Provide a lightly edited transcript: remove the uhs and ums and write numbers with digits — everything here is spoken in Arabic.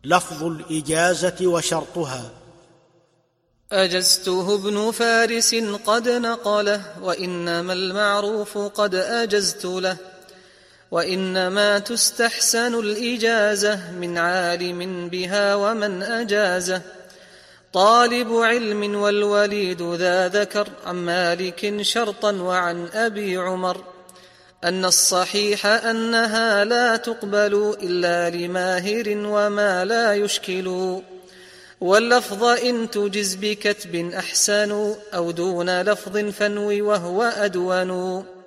لفظ الإجازة وشرطها. أجزته ابن فارس قد نقله، وإنما المعروف قد أجزت له. وإنما تستحسن الإجازة من عالم بها ومن أجازه. طالب علم والوليد ذا ذكر عن مالك شرطا وعن أبي عمر. أن الصحيح أنها لا تقبل إلا لماهر وما لا يشكل. واللفظ إن تجز بكتب أحسن، أو دون لفظ فانوي وهو أدون.